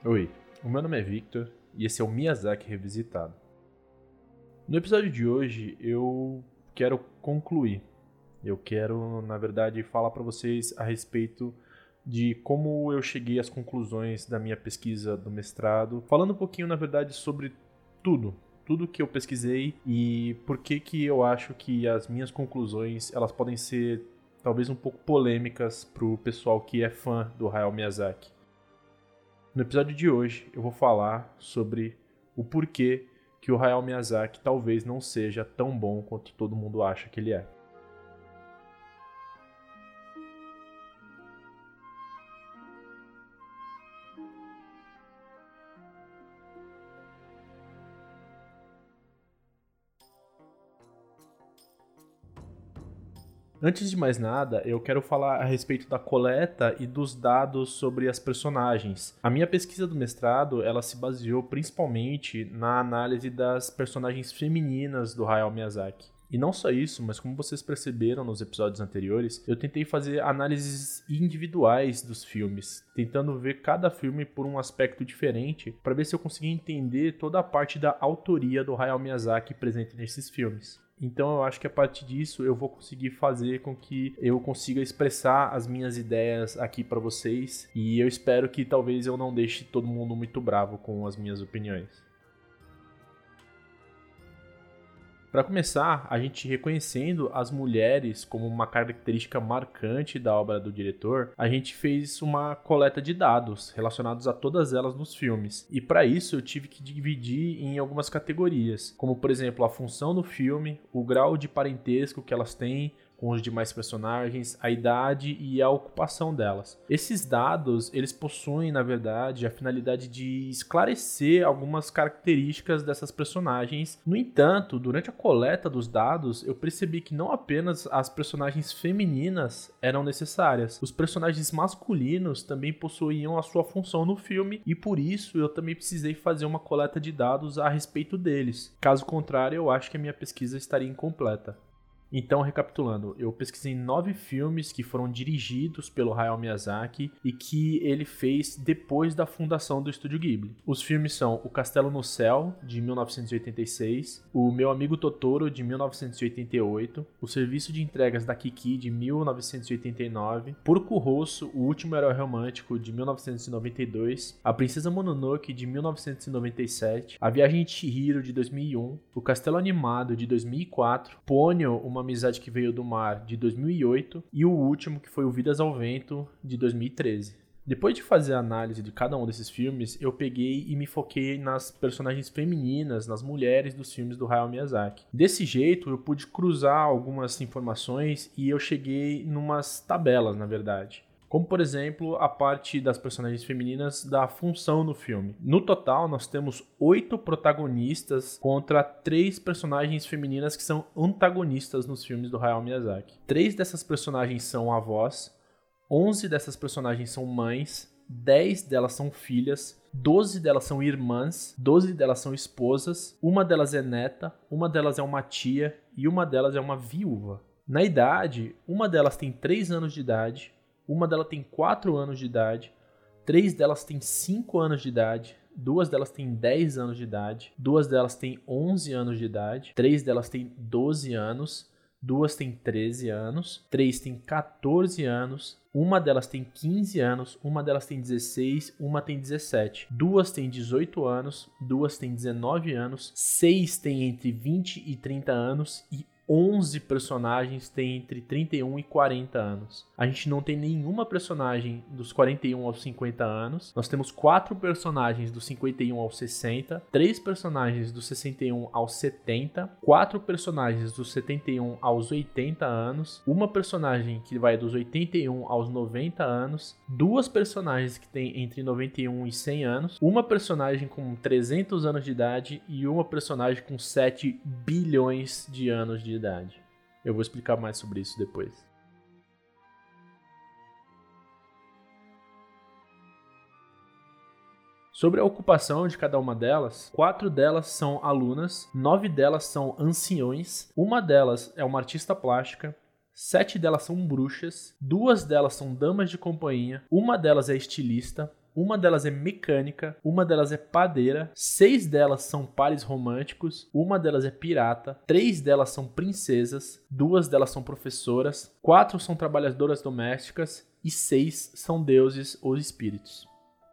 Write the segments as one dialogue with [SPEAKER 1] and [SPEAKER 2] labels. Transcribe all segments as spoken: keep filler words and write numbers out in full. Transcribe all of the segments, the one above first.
[SPEAKER 1] Oi, o meu nome é Victor e esse é o Miyazaki Revisitado. No episódio de hoje eu quero concluir, eu quero na verdade falar para vocês a respeito de como eu cheguei às conclusões da minha pesquisa do mestrado, falando um pouquinho na verdade sobre tudo, tudo que eu pesquisei e por que que eu acho que as minhas conclusões elas podem ser talvez um pouco polêmicas para o pessoal que é fã do Hayao Miyazaki. No episódio de hoje eu vou falar sobre o porquê que o Hayao Miyazaki talvez não seja tão bom quanto todo mundo acha que ele é. Antes de mais nada, eu quero falar a respeito da coleta e dos dados sobre as personagens. A minha pesquisa do mestrado, ela se baseou principalmente na análise das personagens femininas do Hayao Miyazaki. E não só isso, mas como vocês perceberam nos episódios anteriores, eu tentei fazer análises individuais dos filmes, tentando ver cada filme por um aspecto diferente, para ver se eu conseguia entender toda a parte da autoria do Hayao Miyazaki presente nesses filmes. Então eu acho que a partir disso eu vou conseguir fazer com que eu consiga expressar as minhas ideias aqui para vocês e eu espero que talvez eu não deixe todo mundo muito bravo com as minhas opiniões. Para começar, a gente reconhecendo as mulheres como uma característica marcante da obra do diretor, a gente fez uma coleta de dados relacionados a todas elas nos filmes. E para isso eu tive que dividir em algumas categorias, como por exemplo a função do filme, o grau de parentesco que elas têm com os demais personagens, a idade e a ocupação delas. Esses dados, eles possuem, na verdade, a finalidade de esclarecer algumas características dessas personagens. No entanto, durante a coleta dos dados, eu percebi que não apenas as personagens femininas eram necessárias, os personagens masculinos também possuíam a sua função no filme e por isso eu também precisei fazer uma coleta de dados a respeito deles. Caso contrário, eu acho que a minha pesquisa estaria incompleta. Então, recapitulando, eu pesquisei nove filmes que foram dirigidos pelo Hayao Miyazaki e que ele fez depois da fundação do Estúdio Ghibli. Os filmes são O Castelo no Céu, de mil novecentos e oitenta e seis, O Meu Amigo Totoro, de mil novecentos e oitenta e oito, O Serviço de Entregas da Kiki, de mil novecentos e oitenta e nove, Porco Rosso, O Último Herói Romântico, de mil novecentos e noventa e dois, A Princesa Mononoke, de mil novecentos e noventa e sete, A Viagem de Chihiro, de dois mil e um, O Castelo Animado, de dois mil e quatro, Ponyo, Uma Amizade que Veio do Mar, de dois mil e oito, e o último, que foi o Vidas ao Vento, de dois mil e treze. Depois de fazer a análise de cada um desses filmes, eu peguei e me foquei nas personagens femininas, nas mulheres dos filmes do Hayao Miyazaki. Desse jeito, eu pude cruzar algumas informações e eu cheguei numas tabelas, na verdade. Como, por exemplo, a parte das personagens femininas da função no filme. No total, nós temos oito protagonistas contra três personagens femininas que são antagonistas nos filmes do Hayao Miyazaki. Três dessas personagens são avós, onze dessas personagens são mães, dez delas são filhas, doze delas são irmãs, doze delas são esposas, uma delas é neta, uma delas é uma tia e uma delas é uma viúva. Na idade, uma delas tem três anos de idade, uma delas tem quatro anos de idade, três delas têm cinco anos de idade, duas delas têm dez anos de idade, duas delas têm onze anos de idade, três delas têm doze anos, duas têm treze anos, três têm quatorze anos, uma delas tem quinze anos, uma delas tem dezesseis, uma tem dezessete, duas têm dezoito anos, duas têm dezenove anos, seis têm entre vinte e trinta anos e onze personagens têm entre trinta e um e quarenta anos. A gente não tem nenhuma personagem dos quarenta e um aos cinquenta anos. Nós temos quatro personagens dos cinquenta e um aos sessenta, três personagens dos sessenta e um aos setenta, quatro personagens dos setenta e um aos oitenta anos, uma personagem que vai dos oitenta e um aos noventa anos, duas personagens que têm entre noventa e um e cem anos, uma personagem com trezentos anos de idade e uma personagem com sete bilhões de anos de idade. Eu vou explicar mais sobre isso depois. Sobre a ocupação de cada uma delas, quatro delas são alunas, nove delas são anciões, uma delas é uma artista plástica, sete delas são bruxas, duas delas são damas de companhia, uma delas é estilista, uma delas é mecânica, uma delas é padeira, seis delas são pares românticos, uma delas é pirata, três delas são princesas, duas delas são professoras, quatro são trabalhadoras domésticas e seis são deuses ou espíritos.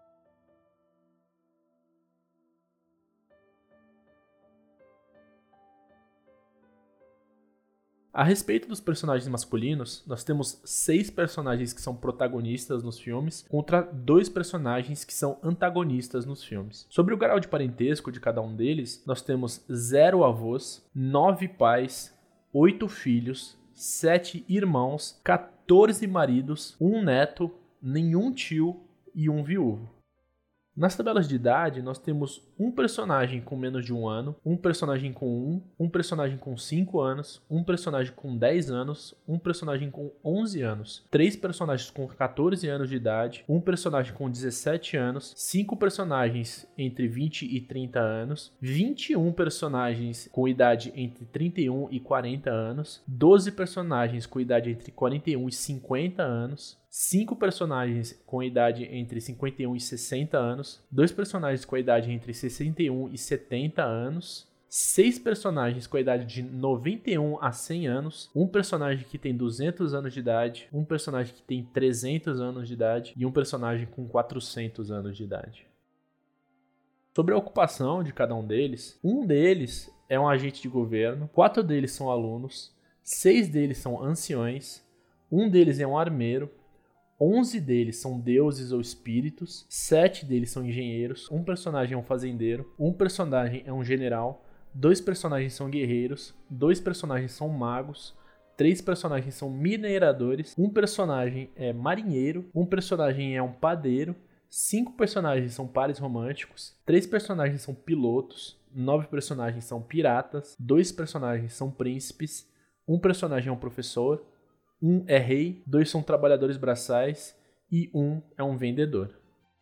[SPEAKER 1] A respeito dos personagens masculinos, nós temos seis personagens que são protagonistas nos filmes contra dois personagens que são antagonistas nos filmes. Sobre o grau de parentesco de cada um deles, nós temos zero avós, nove pais, oito filhos, sete irmãos, quatorze maridos, um neto, nenhum tio e um viúvo. Nas tabelas de idade, nós temos um personagem com menos de um ano, um personagem com um, um personagem com cinco anos, um personagem com dez anos, um personagem com onze anos, três personagens com quatorze anos de idade, um personagem com dezessete anos, cinco personagens entre vinte e trinta anos, vinte e um personagens com idade entre trinta e um e quarenta anos, doze personagens com idade entre quarenta e um e cinquenta anos, cinco personagens com idade entre cinquenta e um e sessenta anos, dois personagens com idade entre sessenta e um e setenta anos, seis personagens com a idade de noventa e um a cem anos, um personagem que tem duzentos anos de idade, um personagem que tem trezentos anos de idade e um personagem com quatrocentos anos de idade. Sobre a ocupação de cada um deles, um deles é um agente de governo, quatro deles são alunos, seis deles são anciões, um deles é um armeiro, onze deles são deuses ou espíritos, sete deles são engenheiros, um personagem é um fazendeiro, um personagem é um general, dois personagens são guerreiros, dois personagens são magos, três personagens são mineradores, um personagem é marinheiro, um personagem é um padeiro, cinco personagens são pares românticos, três personagens são pilotos, nove personagens são piratas, dois personagens são príncipes, um personagem é um professor, um é rei, dois são trabalhadores braçais e um é um vendedor.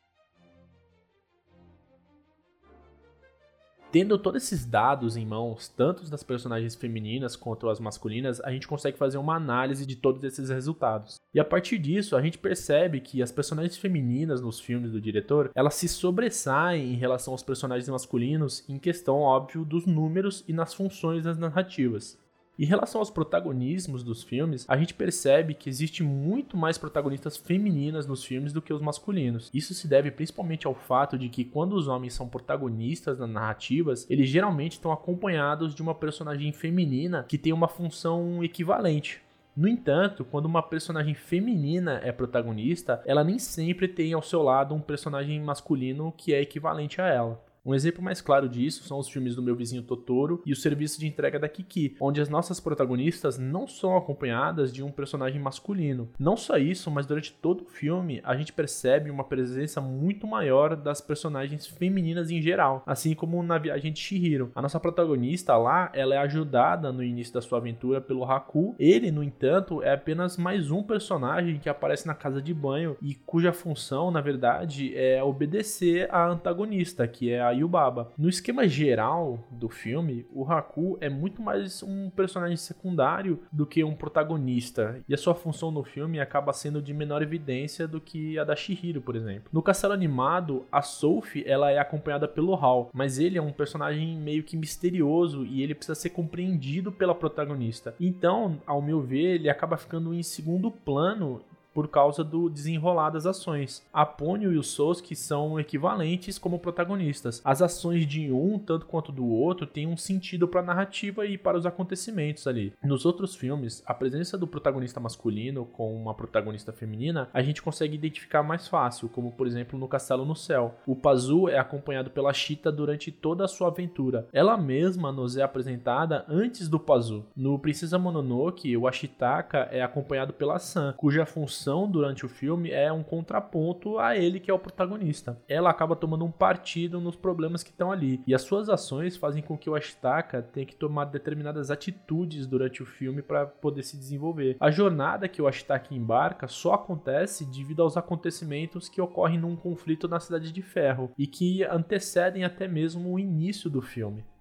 [SPEAKER 1] Tendo todos esses dados em mãos, tanto das personagens femininas quanto as masculinas, a gente consegue fazer uma análise de todos esses resultados. E a partir disso, a gente percebe que as personagens femininas nos filmes do diretor, elas se sobressaem em relação aos personagens masculinos em questão, óbvio, dos números e nas funções das narrativas. Em relação aos protagonismos dos filmes, a gente percebe que existe muito mais protagonistas femininas nos filmes do que os masculinos. Isso se deve principalmente ao fato de que quando os homens são protagonistas nas narrativas, eles geralmente estão acompanhados de uma personagem feminina que tem uma função equivalente. No entanto, quando uma personagem feminina é protagonista, ela nem sempre tem ao seu lado um personagem masculino que é equivalente a ela. Um exemplo mais claro disso são os filmes do Meu Vizinho Totoro e o Serviço de Entrega da Kiki, onde as nossas protagonistas não são acompanhadas de um personagem masculino. Não só isso, mas durante todo o filme a gente percebe uma presença muito maior das personagens femininas em geral, assim como na Viagem de Chihiro. A nossa protagonista lá, ela é ajudada no início da sua aventura pelo Haku. Ele, no entanto, é apenas mais um personagem que aparece na casa de banho e cuja função, na verdade, é obedecer à antagonista, que é a Yubaba. No esquema geral do filme, o Haku é muito mais um personagem secundário do que um protagonista, e a sua função no filme acaba sendo de menor evidência do que a da Chihiro, por exemplo. No Castelo Animado, a Sophie ela é acompanhada pelo Hal, mas ele é um personagem meio que misterioso e ele precisa ser compreendido pela protagonista. Então, ao meu ver, ele acaba ficando em segundo plano por causa do desenrolar das ações. A Ponyo e o Sosuke são equivalentes como protagonistas. As ações de um, tanto quanto do outro, têm um sentido para a narrativa e para os acontecimentos ali. Nos outros filmes, a presença do protagonista masculino com uma protagonista feminina, a gente consegue identificar mais fácil, como por exemplo no Castelo no Céu. O Pazu é acompanhado pela Chita durante toda a sua aventura. Ela mesma nos é apresentada antes do Pazu. No Princesa Mononoke, o Ashitaka é acompanhado pela San, cuja função durante o filme é um contraponto a ele, que é o protagonista. Ela acaba tomando um partido nos problemas que estão ali, e as suas ações fazem com que o Ashitaka tenha que tomar determinadas atitudes durante o filme para poder se desenvolver. A jornada que o Ashitaka embarca só acontece devido aos acontecimentos que ocorrem num conflito na Cidade de Ferro e que antecedem até mesmo o início do filme.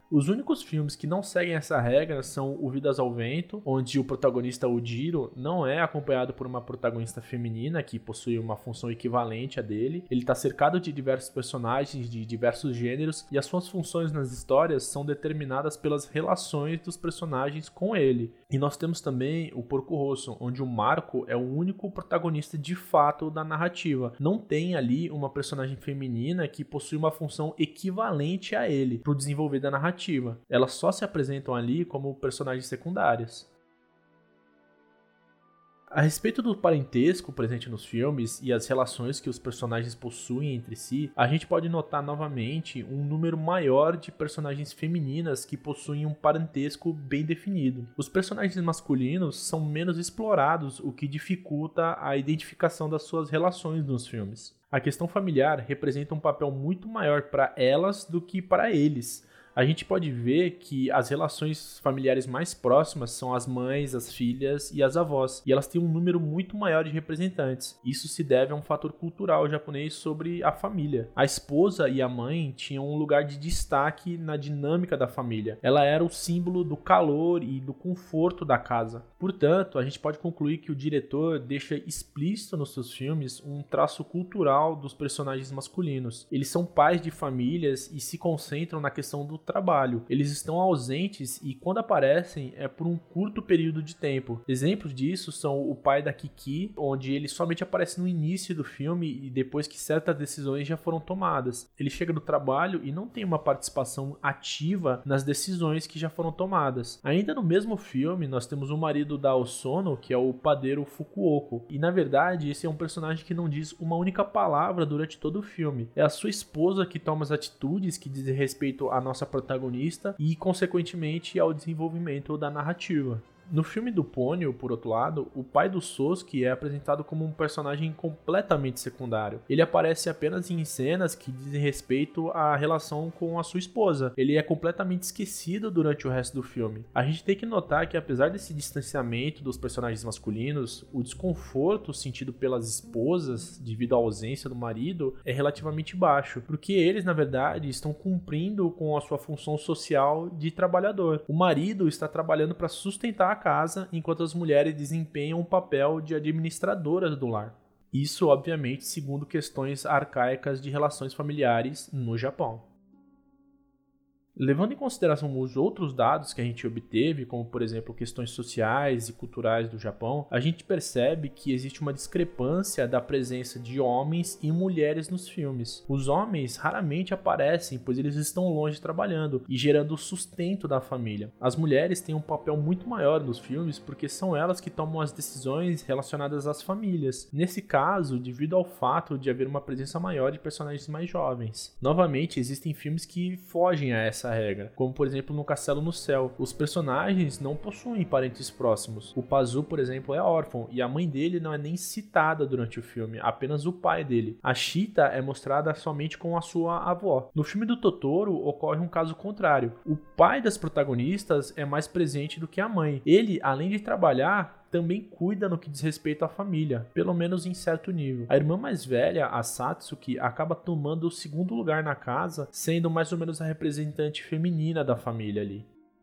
[SPEAKER 1] Os únicos filmes que não seguem essa regra são O Vidas ao Vento, onde o protagonista Ojiro não é acompanhado por uma protagonista feminina que possui uma função equivalente à dele. Ele está cercado de diversos personagens de diversos gêneros e as suas funções nas histórias são determinadas pelas relações dos personagens com ele. E nós temos também o Porco Rosso, onde o Marco é o único protagonista de fato da narrativa. Não tem ali uma personagem feminina que possui uma função equivalente a ele para o desenvolver da narrativa. Elas só se apresentam ali como personagens secundárias. A respeito do parentesco presente nos filmes e as relações que os personagens possuem entre si, a gente pode notar novamente um número maior de personagens femininas que possuem um parentesco bem definido. Os personagens masculinos são menos explorados, o que dificulta a identificação das suas relações nos filmes. A questão familiar representa um papel muito maior para elas do que para eles. A gente pode ver que as relações familiares mais próximas são as mães, as filhas e as avós, e elas têm um número muito maior de representantes. Isso se deve a um fator cultural japonês sobre a família. A esposa e a mãe tinham um lugar de destaque na dinâmica da família. Ela era o símbolo do calor e do conforto da casa. Portanto, a gente pode concluir que o diretor deixa explícito nos seus filmes um traço cultural dos personagens masculinos. Eles são pais de famílias e se concentram na questão do trabalho. Eles estão ausentes e quando aparecem é por um curto período de tempo. Exemplos disso são o pai da Kiki, onde ele somente aparece no início do filme e depois que certas decisões já foram tomadas. Ele chega do trabalho e não tem uma participação ativa nas decisões que já foram tomadas. Ainda no mesmo filme, nós temos o marido da Osono, que é o padeiro Fukuoko. E na verdade, esse é um personagem que não diz uma única palavra durante todo o filme. É a sua esposa que toma as atitudes que dizem respeito à nossa protagonista e, consequentemente, ao desenvolvimento da narrativa. No filme do Ponyo, por outro lado, o pai do Sosuke é apresentado como um personagem completamente secundário. Ele aparece apenas em cenas que dizem respeito à relação com a sua esposa. Ele é completamente esquecido durante o resto do filme. A gente tem que notar que, apesar desse distanciamento dos personagens masculinos, o desconforto sentido pelas esposas devido à ausência do marido é relativamente baixo, porque eles, na verdade, estão cumprindo com a sua função social de trabalhador. O marido está trabalhando para sustentar a casa, enquanto as mulheres desempenham um papel de administradoras do lar. Isso, obviamente, segundo questões arcaicas de relações familiares no Japão. Levando em consideração os outros dados que a gente obteve, como por exemplo questões sociais e culturais do Japão, a gente percebe que existe uma discrepância da presença de homens e mulheres nos filmes. Os homens raramente aparecem, pois eles estão longe trabalhando e gerando o sustento da família. As mulheres têm um papel muito maior nos filmes porque são elas que tomam as decisões relacionadas às famílias. Nesse caso, devido ao fato de haver uma presença maior de personagens mais jovens. Novamente, existem filmes que fogem a essa regra, como por exemplo no Castelo no Céu. Os personagens não possuem parentes próximos. O Pazu, por exemplo, é órfão e a mãe dele não é nem citada durante o filme, apenas o pai dele. A Chita é mostrada somente com a sua avó. No filme do Totoro ocorre um caso contrário. O pai das protagonistas é mais presente do que a mãe. Ele, além de trabalhar, também cuida no que diz respeito à família, pelo menos em certo nível. A irmã mais velha, a Satsuki, acaba tomando o segundo lugar na casa, sendo mais ou menos a representante feminina da família ali.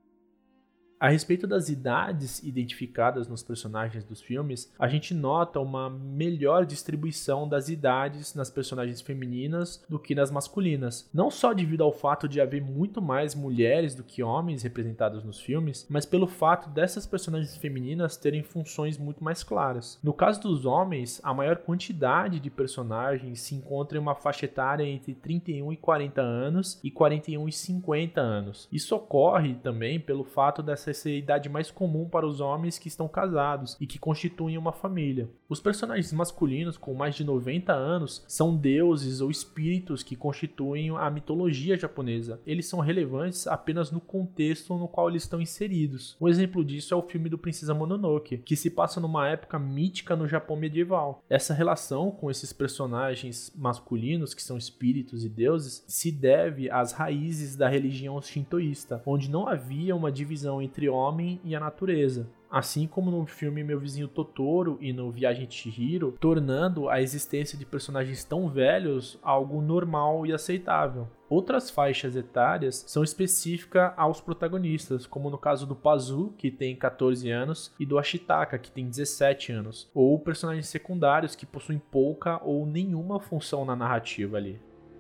[SPEAKER 1] A respeito das idades identificadas nos personagens dos filmes, a gente nota uma melhor distribuição das idades nas personagens femininas do que nas masculinas. Não só devido ao fato de haver muito mais mulheres do que homens representados nos filmes, mas pelo fato dessas personagens femininas terem funções muito mais claras. No caso dos homens, a maior quantidade de personagens se encontra em uma faixa etária entre trinta e um e quarenta anos e quarenta e um e cinquenta anos. Isso ocorre também pelo fato dessa ser a idade mais comum para os homens que estão casados e que constituem uma família. Os personagens masculinos com mais de noventa anos são deuses ou espíritos que constituem a mitologia japonesa. Eles são relevantes apenas no contexto no qual eles estão inseridos. Um exemplo disso é o filme do Princesa Mononoke, que se passa numa época mítica no Japão medieval. Essa relação com esses personagens masculinos, que são espíritos e deuses, se deve às raízes da religião shintoísta, onde não havia uma divisão entre homem e a natureza. assim como no filme Meu Vizinho Totoro e no Viagem de Chihiro, tornando a existência de personagens tão velhos algo normal e aceitável. Outras faixas etárias são específicas aos protagonistas, como no caso do Pazu, que tem catorze anos, e do Ashitaka, que tem dezessete anos, ou personagens secundários que possuem pouca ou nenhuma função na narrativa ali.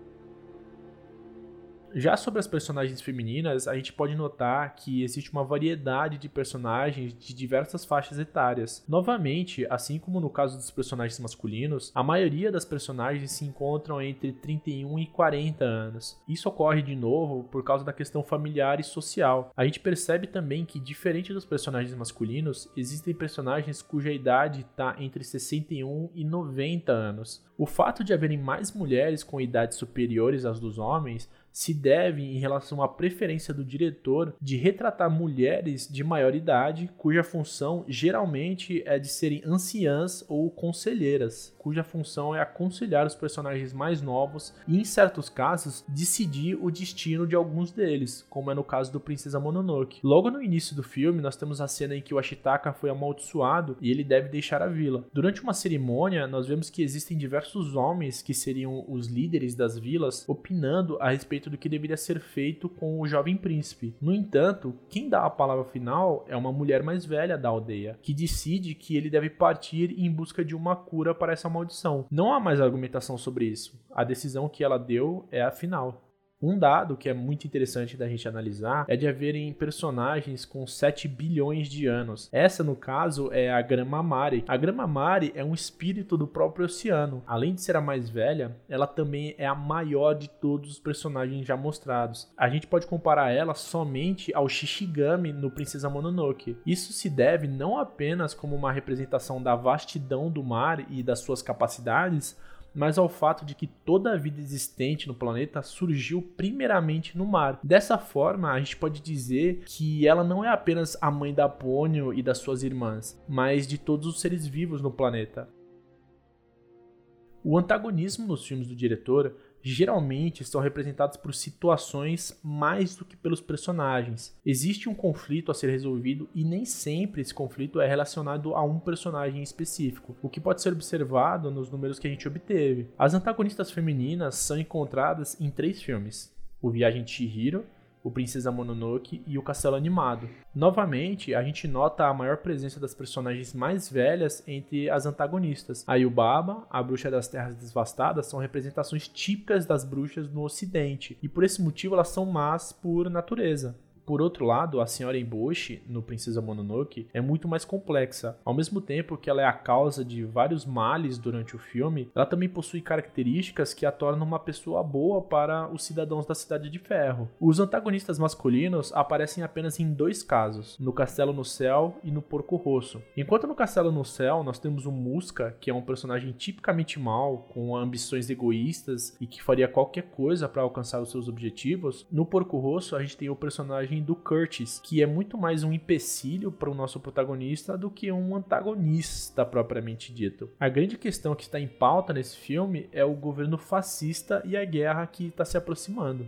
[SPEAKER 1] Já sobre as personagens femininas, a gente pode notar que existe uma variedade de personagens de diversas faixas etárias. Novamente, assim como no caso dos personagens masculinos, a maioria das personagens se encontram entre trinta e um e quarenta anos. Isso ocorre de novo por causa da questão familiar e social. A gente percebe também que, diferente dos personagens masculinos, existem personagens cuja idade está entre sessenta e um e noventa anos. O fato de haverem mais mulheres com idades superiores às dos homens se deve em relação à preferência do diretor de retratar mulheres de maior idade, cuja função geralmente é de serem anciãs ou conselheiras, cuja função é aconselhar os personagens mais novos e, em certos casos, decidir o destino de alguns deles, como é no caso do Princesa Mononoke. Logo no início do filme, nós temos a cena em que o Ashitaka foi amaldiçoado e ele deve deixar a vila. Durante uma cerimônia, nós vemos que existem diversos homens que seriam os líderes das vilas opinando a respeito do que deveria ser feito com o jovem príncipe. No entanto, quem dá a palavra final é uma mulher mais velha da aldeia, que decide que ele deve partir em busca de uma cura para essa maldição. Não há mais argumentação sobre isso. A decisão que ela deu é a final. Um dado que é muito interessante da gente analisar é de haverem personagens com sete bilhões de anos. Essa, no caso, é a Grama Mari. A Grama Mari é um espírito do próprio oceano. Além de ser a mais velha, ela também é a maior de todos os personagens já mostrados. A gente pode comparar ela somente ao Shishigami no Princesa Mononoke. Isso se deve não apenas como uma representação da vastidão do mar e das suas capacidades, mas ao fato de que toda a vida existente no planeta surgiu primeiramente no mar. Dessa forma, a gente pode dizer que ela não é apenas a mãe da Ponyo e das suas irmãs, mas de todos os seres vivos no planeta. O antagonismo nos filmes do diretor geralmente são representados por situações mais do que pelos personagens. Existe um conflito a ser resolvido e nem sempre esse conflito é relacionado a um personagem específico, o que pode ser observado nos números que a gente obteve. As antagonistas femininas são encontradas em três filmes: O Viagem de Chihiro, O Princesa Mononoke e O Castelo Animado. Novamente, a gente nota a maior presença das personagens mais velhas entre as antagonistas. A Yubaba, a bruxa das terras devastadas, são representações típicas das bruxas no ocidente, e por esse motivo elas são más por natureza. Por outro lado, a senhora Eboshi, no Princesa Mononoke, é muito mais complexa. Ao mesmo tempo que ela é a causa de vários males durante o filme, ela também possui características que a tornam uma pessoa boa para os cidadãos da Cidade de Ferro. Os antagonistas masculinos aparecem apenas em dois casos, no Castelo no Céu e no Porco Rosso. Enquanto no Castelo no Céu nós temos o Muska, que é um personagem tipicamente mau, com ambições egoístas e que faria qualquer coisa para alcançar os seus objetivos, no Porco Rosso a gente tem o personagem do Curtis, que é muito mais um empecilho para o nosso protagonista do que um antagonista propriamente dito. A grande questão que está em pauta nesse filme é o governo fascista e a guerra que está se aproximando.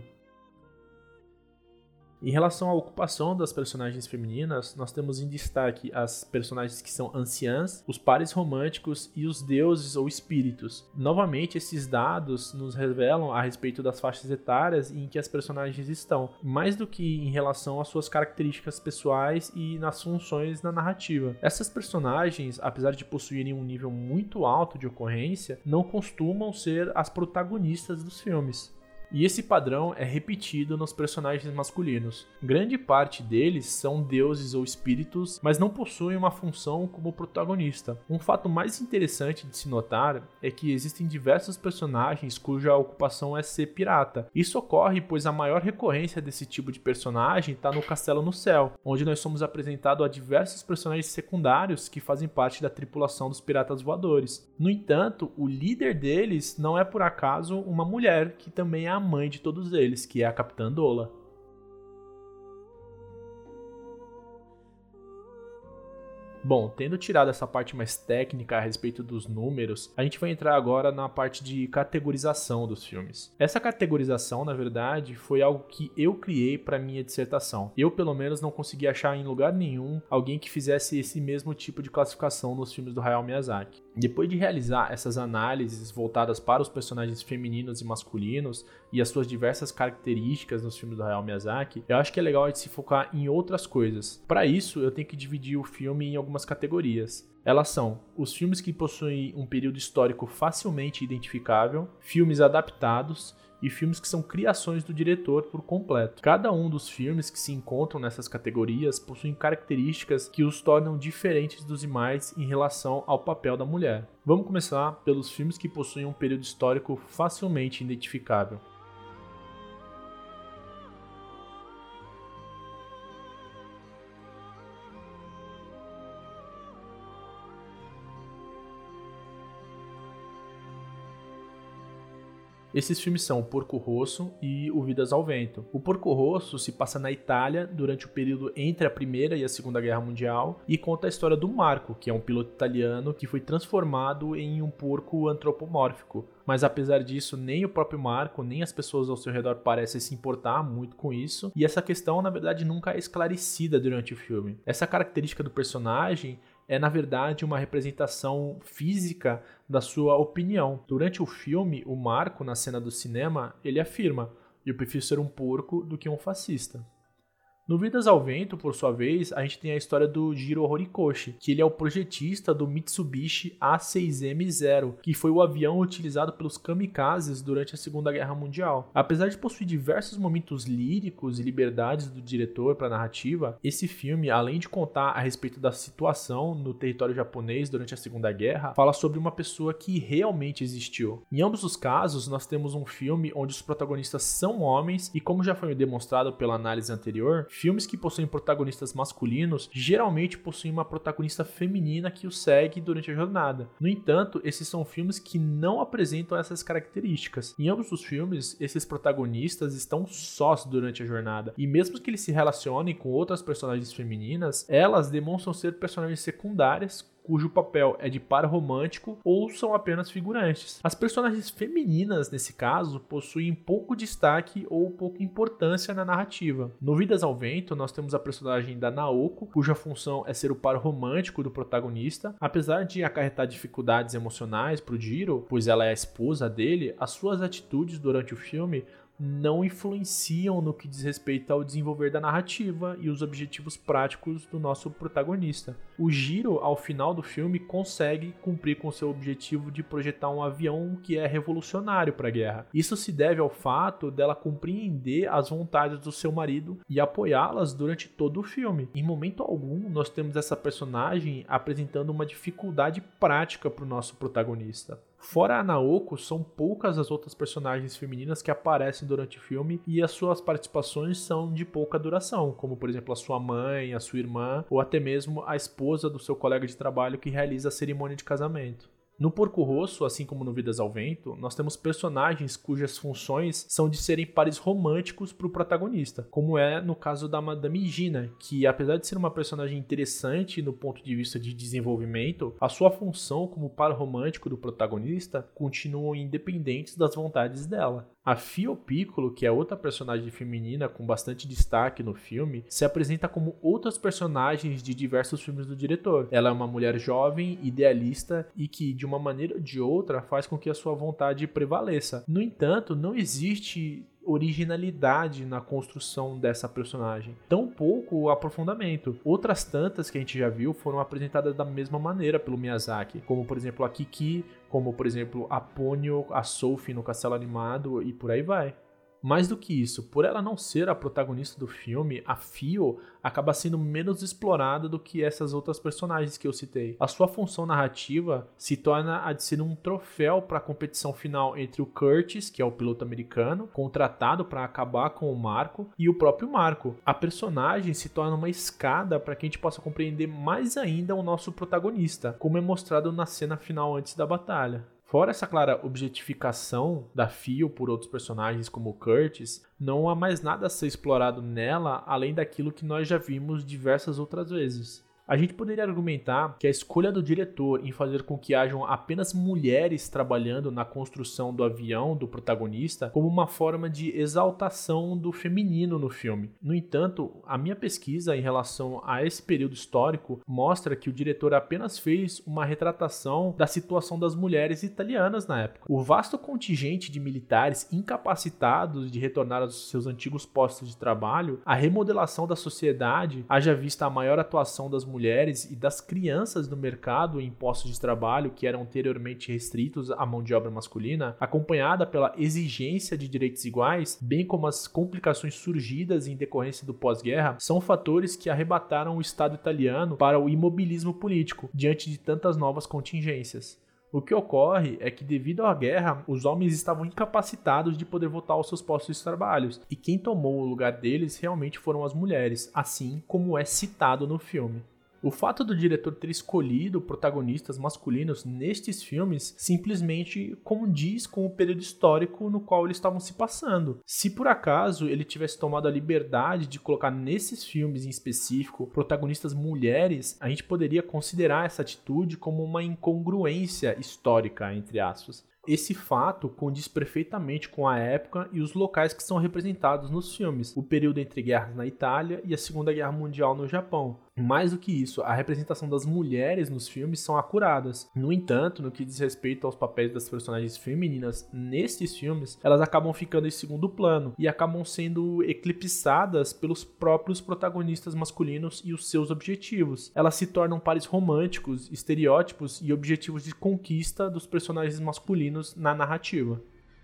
[SPEAKER 1] Em relação à ocupação das personagens femininas, nós temos em destaque as personagens que são anciãs, os pares românticos e os deuses ou espíritos. Novamente, esses dados nos revelam a respeito das faixas etárias em que as personagens estão, mais do que em relação às suas características pessoais e nas funções na narrativa. Essas personagens, apesar de possuírem um nível muito alto de ocorrência, não costumam ser as protagonistas dos filmes. E esse padrão é repetido nos personagens masculinos. Grande parte deles são deuses ou espíritos, mas não possuem uma função como protagonista. Um fato mais interessante de se notar é que existem diversos personagens cuja ocupação é ser pirata. Isso ocorre pois a maior recorrência desse tipo de personagem está no Castelo no Céu, onde nós somos apresentados a diversos personagens secundários que fazem parte da tripulação dos piratas voadores. No entanto, o líder deles não é por acaso uma mulher, que também é a mãe de todos eles, que é a Capitã Dola. Bom, tendo tirado essa parte mais técnica a respeito dos números, a gente vai entrar agora na parte de categorização dos filmes. Essa categorização, na verdade, foi algo que eu criei para minha dissertação. Eu, pelo menos, não consegui achar em lugar nenhum alguém que fizesse esse mesmo tipo de classificação nos filmes do Hayao Miyazaki. Depois de realizar essas análises voltadas para os personagens femininos e masculinos e as suas diversas características nos filmes do Hayao Miyazaki, eu acho que é legal a gente se focar em outras coisas. Para isso, eu tenho que dividir o filme em algumas categorias. Elas são os filmes que possuem um período histórico facilmente identificável, filmes adaptados e filmes que são criações do diretor por completo. Cada um dos filmes que se encontram nessas categorias possuem características que os tornam diferentes dos demais em relação ao papel da mulher. Vamos começar pelos filmes que possuem um período histórico facilmente identificável. Esses filmes são O Porco Rosso e O Vidas ao Vento. O Porco Rosso se passa na Itália durante o período entre a Primeira e a Segunda Guerra Mundial e conta a história do Marco, que é um piloto italiano que foi transformado em um porco antropomórfico. Mas apesar disso, nem o próprio Marco, nem as pessoas ao seu redor parecem se importar muito com isso, e essa questão, na verdade, nunca é esclarecida durante o filme. Essa característica do personagem é, na verdade, uma representação física da sua opinião. Durante o filme, o Marco, na cena do cinema, ele afirma: "Eu prefiro ser um porco do que um fascista". No Vidas ao Vento, por sua vez, a gente tem a história do Jiro Horikoshi, que ele é o projetista do Mitsubishi A seis M zero, que foi o avião utilizado pelos kamikazes durante a Segunda Guerra Mundial. Apesar de possuir diversos momentos líricos e liberdades do diretor para a narrativa, esse filme, além de contar a respeito da situação no território japonês durante a Segunda Guerra, fala sobre uma pessoa que realmente existiu. Em ambos os casos, nós temos um filme onde os protagonistas são homens e, como já foi demonstrado pela análise anterior, filmes que possuem protagonistas masculinos geralmente possuem uma protagonista feminina que os segue durante a jornada. No entanto, esses são filmes que não apresentam essas características. Em ambos os filmes, esses protagonistas estão sós durante a jornada, e mesmo que eles se relacionem com outras personagens femininas, elas demonstram ser personagens secundárias cujo papel é de par romântico ou são apenas figurantes. As personagens femininas, nesse caso, possuem pouco destaque ou pouca importância na narrativa. No Vidas ao Vento, nós temos a personagem da Naoko, cuja função é ser o par romântico do protagonista. Apesar de acarretar dificuldades emocionais para o Jiro, pois ela é a esposa dele, as suas atitudes durante o filme não influenciam no que diz respeito ao desenvolver da narrativa e os objetivos práticos do nosso protagonista. O Jiro, ao final do filme, consegue cumprir com seu objetivo de projetar um avião que é revolucionário para a guerra. Isso se deve ao fato dela compreender as vontades do seu marido e apoiá-las durante todo o filme. Em momento algum, nós temos essa personagem apresentando uma dificuldade prática para o nosso protagonista. Fora a Naoko, são poucas as outras personagens femininas que aparecem durante o filme e as suas participações são de pouca duração, como por exemplo a sua mãe, a sua irmã ou até mesmo a esposa do seu colega de trabalho que realiza a cerimônia de casamento. No Porco Rosso, assim como no Vidas ao Vento, nós temos personagens cujas funções são de serem pares românticos para o protagonista, como é no caso da Madame Gina, que apesar de ser uma personagem interessante no ponto de vista de desenvolvimento, a sua função como par romântico do protagonista continuam independentes das vontades dela. A Fio Piccolo, que é outra personagem feminina com bastante destaque no filme, se apresenta como outras personagens de diversos filmes do diretor. Ela é uma mulher jovem, idealista e que, de uma maneira ou de outra, faz com que a sua vontade prevaleça. No entanto, não existe originalidade na construção dessa personagem, tampouco o aprofundamento. Outras tantas que a gente já viu foram apresentadas da mesma maneira pelo Miyazaki, como por exemplo a Kiki, como por exemplo a Ponyo, a Sophie no Castelo Animado e por aí vai. Mais do que isso, por ela não ser a protagonista do filme, a Fio acaba sendo menos explorada do que essas outras personagens que eu citei. A sua função narrativa se torna a de ser um troféu para a competição final entre o Curtis, que é o piloto americano, contratado para acabar com o Marco, e o próprio Marco. A personagem se torna uma escada para que a gente possa compreender mais ainda o nosso protagonista, como é mostrado na cena final antes da batalha. Fora essa clara objetificação da Fio por outros personagens como o Curtis, não há mais nada a ser explorado nela além daquilo que nós já vimos diversas outras vezes. A gente poderia argumentar que a escolha do diretor em fazer com que hajam apenas mulheres trabalhando na construção do avião do protagonista como uma forma de exaltação do feminino no filme. No entanto, a minha pesquisa em relação a esse período histórico mostra que o diretor apenas fez uma retratação da situação das mulheres italianas na época. O vasto contingente de militares incapacitados de retornar aos seus antigos postos de trabalho, a remodelação da sociedade, haja vista a maior atuação das mulheres mulheres e das crianças no mercado em postos de trabalho que eram anteriormente restritos à mão de obra masculina, acompanhada pela exigência de direitos iguais, bem como as complicações surgidas em decorrência do pós-guerra, são fatores que arrebataram o Estado italiano para o imobilismo político diante de tantas novas contingências. O que ocorre é que, devido à guerra, os homens estavam incapacitados de poder voltar aos seus postos de trabalho, e quem tomou o lugar deles realmente foram as mulheres, assim como é citado no filme. O fato do diretor ter escolhido protagonistas masculinos nestes filmes simplesmente condiz com o período histórico no qual eles estavam se passando. Se por acaso ele tivesse tomado a liberdade de colocar nesses filmes em específico protagonistas mulheres, a gente poderia considerar essa atitude como uma incongruência histórica, entre aspas. Esse fato condiz perfeitamente com a época e os locais que são representados nos filmes, o período entre guerras na Itália e a Segunda Guerra Mundial no Japão. Mais do que isso, a representação das mulheres nos filmes são acuradas. No entanto, no que diz respeito aos papéis das personagens femininas nestes filmes, elas acabam ficando em segundo plano e acabam sendo eclipsadas pelos próprios protagonistas masculinos e os seus objetivos. Elas se tornam pares românticos, estereótipos e objetivos de conquista dos personagens masculinos na narrativa.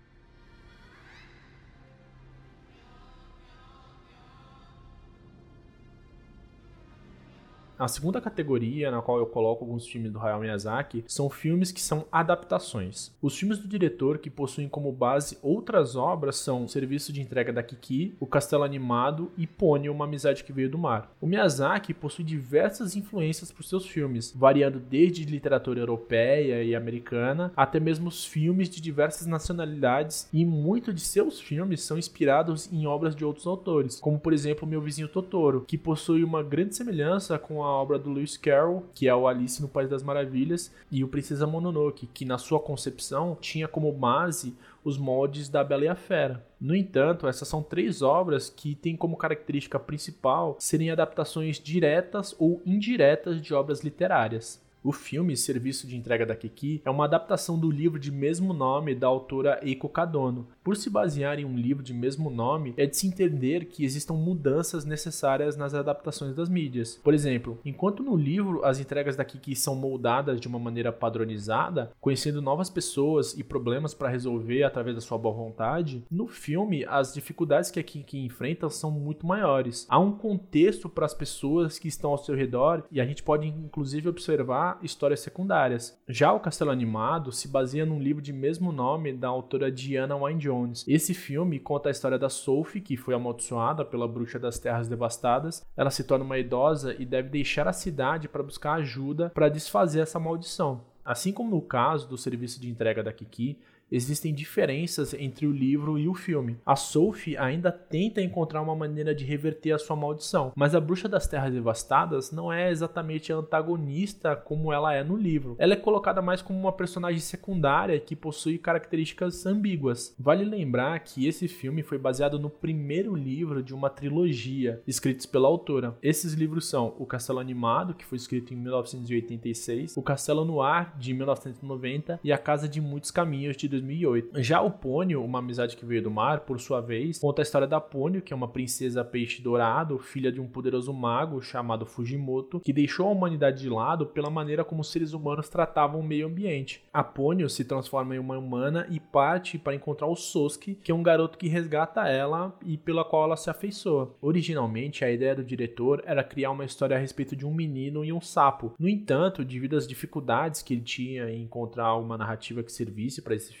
[SPEAKER 1] A segunda categoria, na qual eu coloco alguns filmes do Hayao Miyazaki, são filmes que são adaptações. Os filmes do diretor que possuem como base outras obras são O Serviço de Entrega da Kiki, O Castelo Animado e Ponyo, Uma Amizade que Veio do Mar. O Miyazaki possui diversas influências para os seus filmes, variando desde literatura europeia e americana até mesmo os filmes de diversas nacionalidades, e muitos de seus filmes são inspirados em obras de outros autores, como por exemplo Meu Vizinho Totoro, que possui uma grande semelhança com a obra do Lewis Carroll, que é o Alice no País das Maravilhas, e o Princesa Mononoke, que na sua concepção tinha como base os moldes da Bela e a Fera. No entanto, essas são três obras que têm como característica principal serem adaptações diretas ou indiretas de obras literárias. O filme Serviço de Entrega da Kiki é uma adaptação do livro de mesmo nome da autora Eiko Kadono. Por se basear em um livro de mesmo nome, é de se entender que existam mudanças necessárias nas adaptações das mídias. Por exemplo, enquanto no livro as entregas da Kiki são moldadas de uma maneira padronizada, conhecendo novas pessoas e problemas para resolver através da sua boa vontade, no filme as dificuldades que a Kiki enfrenta são muito maiores. Há um contexto para as pessoas que estão ao seu redor e a gente pode inclusive observar histórias secundárias. Já O Castelo Animado se baseia num livro de mesmo nome da autora Diana Wynne Jones. Esse filme conta a história da Sophie, que foi amaldiçoada pela bruxa das Terras Devastadas. Ela se torna uma idosa e deve deixar a cidade para buscar ajuda para desfazer essa maldição. Assim como no caso do Serviço de Entrega da Kiki, existem diferenças entre o livro e o filme. A Sophie ainda tenta encontrar uma maneira de reverter a sua maldição, mas a Bruxa das Terras Devastadas não é exatamente a antagonista como ela é no livro. Ela é colocada mais como uma personagem secundária que possui características ambíguas. Vale lembrar que esse filme foi baseado no primeiro livro de uma trilogia, escritos pela autora. Esses livros são O Castelo Animado, que foi escrito em mil novecentos e oitenta e seis, O Castelo no Ar, de mil novecentos e noventa, e A Casa de Muitos Caminhos, de dois mil e oito. Já o Ponyo, Uma Amizade que Veio do Mar, por sua vez, conta a história da Ponyo, que é uma princesa peixe dourado, filha de um poderoso mago chamado Fujimoto, que deixou a humanidade de lado pela maneira como os seres humanos tratavam o meio ambiente. A Ponyo se transforma em uma humana e parte para encontrar o Sosuke, que é um garoto que resgata ela e pela qual ela se afeiçoa. Originalmente, a ideia do diretor era criar uma história a respeito de um menino e um sapo. No entanto, devido às dificuldades que ele tinha em encontrar uma narrativa que servisse para esse filme,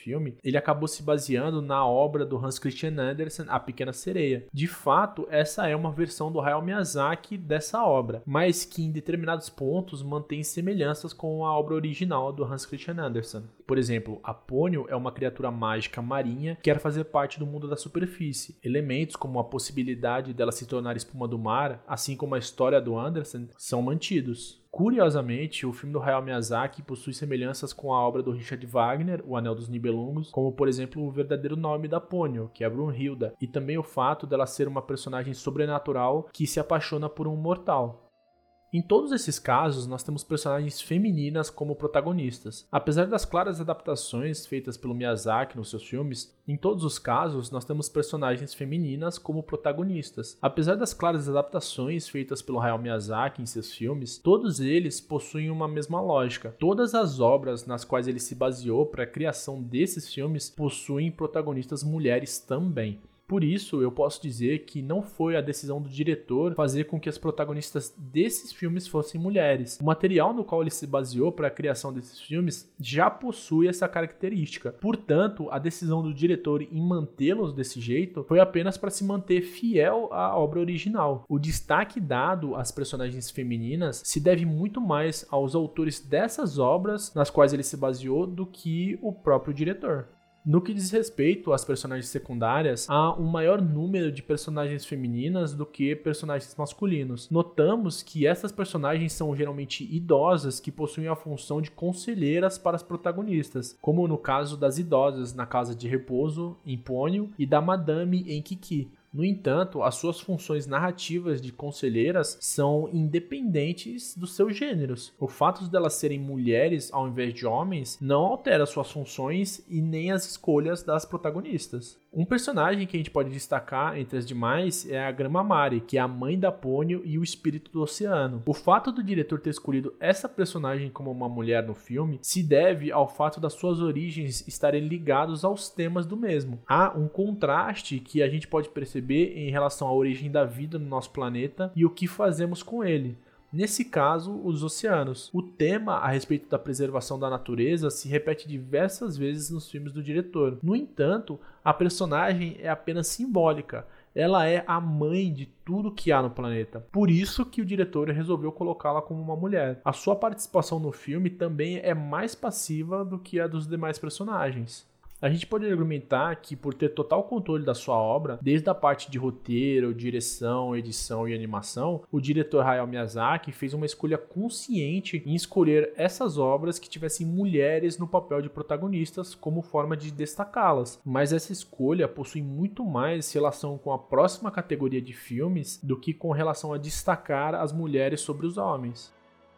[SPEAKER 1] filme, ele acabou se baseando na obra do Hans Christian Andersen, A Pequena Sereia. De fato, essa é uma versão do Hayao Miyazaki dessa obra, mas que em determinados pontos mantém semelhanças com a obra original do Hans Christian Andersen. Por exemplo, a Ponyo é uma criatura mágica marinha que quer fazer parte do mundo da superfície. Elementos como a possibilidade dela se tornar espuma do mar, assim como a história do Andersen, são mantidos. Curiosamente, o filme do Hayao Miyazaki possui semelhanças com a obra do Richard Wagner, O Anel dos Nibelungos, como por exemplo o verdadeiro nome da Ponyo, que é Brunhilda, e também o fato dela ser uma personagem sobrenatural que se apaixona por um mortal. Em todos esses casos, nós temos personagens femininas como protagonistas. Apesar das claras adaptações feitas pelo Miyazaki nos seus filmes, em todos os casos, nós temos personagens femininas como protagonistas. Apesar das claras adaptações feitas pelo Hayao Miyazaki em seus filmes, todos eles possuem uma mesma lógica. Todas as obras nas quais ele se baseou para a criação desses filmes possuem protagonistas mulheres também. Por isso, eu posso dizer que não foi a decisão do diretor fazer com que as protagonistas desses filmes fossem mulheres. O material no qual ele se baseou para a criação desses filmes já possui essa característica. Portanto, a decisão do diretor em mantê-los desse jeito foi apenas para se manter fiel à obra original. O destaque dado às personagens femininas se deve muito mais aos autores dessas obras nas quais ele se baseou do que o próprio diretor. No que diz respeito às personagens secundárias, há um maior número de personagens femininas do que personagens masculinos. Notamos que essas personagens são geralmente idosas que possuem a função de conselheiras para as protagonistas, como no caso das idosas na Casa de Repouso, em Ponyo, e da Madame em Kiki. No entanto, as suas funções narrativas de conselheiras são independentes dos seus gêneros. O fato de elas serem mulheres ao invés de homens não altera suas funções e nem as escolhas das protagonistas. Um personagem que a gente pode destacar entre as demais é a Grama-Mari, que é a mãe da Ponyo e o espírito do oceano. O fato do diretor ter escolhido essa personagem como uma mulher no filme se deve ao fato das suas origens estarem ligados aos temas do mesmo. Há um contraste que a gente pode perceber em relação à origem da vida no nosso planeta e o que fazemos com ele. Nesse caso, os oceanos. O tema a respeito da preservação da natureza se repete diversas vezes nos filmes do diretor. No entanto, a personagem é apenas simbólica. Ela é a mãe de tudo que há no planeta. Por isso que o diretor resolveu colocá-la como uma mulher. A sua participação no filme também é mais passiva do que a dos demais personagens. A gente pode argumentar que, por ter total controle da sua obra, desde a parte de roteiro, direção, edição e animação, o diretor Hayao Miyazaki fez uma escolha consciente em escolher essas obras que tivessem mulheres no papel de protagonistas como forma de destacá-las. Mas essa escolha possui muito mais relação com a próxima categoria de filmes do que com relação a destacar as mulheres sobre os homens.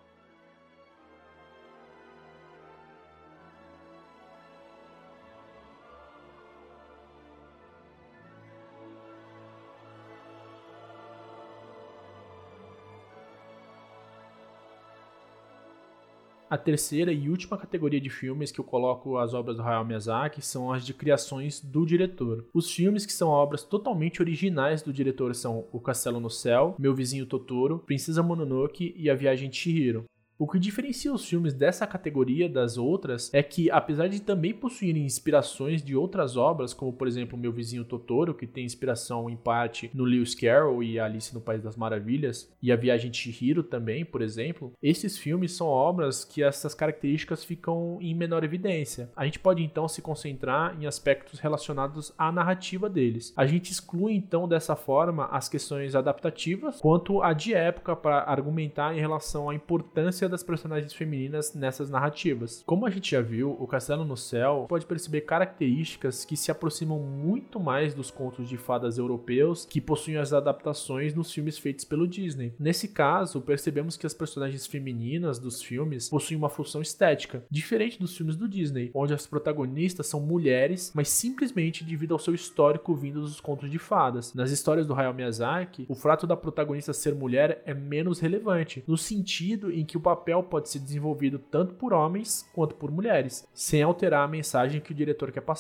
[SPEAKER 1] A terceira e última categoria de filmes que eu coloco as obras do Hayao Miyazaki são as de criações do diretor. Os filmes que são obras totalmente originais do diretor são O Castelo no Céu, Meu Vizinho Totoro, Princesa Mononoke e A Viagem de Chihiro. O que diferencia os filmes dessa categoria das outras é que, apesar de também possuírem inspirações de outras obras, como por exemplo Meu Vizinho Totoro, que tem inspiração em parte no Lewis Carroll e Alice no País das Maravilhas, e A Viagem de Chihiro também, por exemplo, esses filmes são obras que essas características ficam em menor evidência. A gente pode então se concentrar em aspectos relacionados à narrativa deles. A gente exclui então dessa forma as questões adaptativas, quanto a de época para argumentar em relação à importância das personagens femininas nessas narrativas. Como a gente já viu, O Castelo no Céu pode perceber características que se aproximam muito mais dos contos de fadas europeus que possuem as adaptações nos filmes feitos pelo Disney. Nesse caso, percebemos que as personagens femininas dos filmes possuem uma função estética, diferente dos filmes do Disney, onde as protagonistas são mulheres, mas simplesmente devido ao seu histórico vindo dos contos de fadas. Nas histórias do Hayao Miyazaki, o fato da protagonista ser mulher é menos relevante, no sentido em que o papel pode ser desenvolvido tanto por homens quanto por mulheres, sem alterar a mensagem que o diretor quer passar.